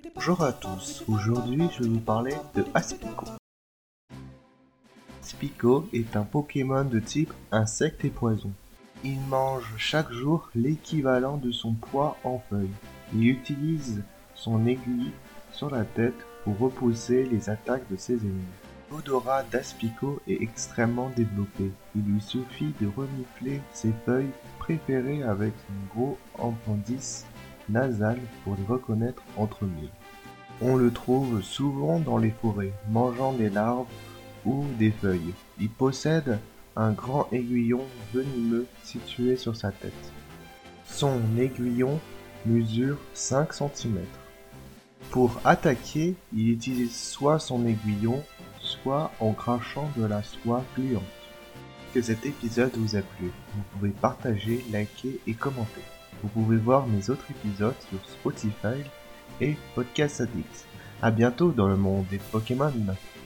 Bonjour à tous, aujourd'hui je vais vous parler de Aspico. Aspico est un Pokémon de type insecte et poison. Il mange chaque jour l'équivalent de son poids en feuilles. Il utilise son aiguille sur la tête pour repousser les attaques de ses ennemis. L'odorat d'Aspico est extrêmement développé. Il lui suffit de renifler ses feuilles préférées avec son gros appendice nasal pour les reconnaître entre mille. On le trouve souvent dans les forêts, mangeant des larves ou des feuilles. Il possède un grand aiguillon venimeux situé sur sa tête. Son aiguillon mesure 5 cm. Pour attaquer, il utilise soit son aiguillon, soit en crachant de la soie gluante. Que cet épisode vous a plu, vous pouvez partager, liker et commenter. Vous pouvez voir mes autres épisodes sur Spotify et Podcast Addict. À bientôt dans le monde des Pokémon.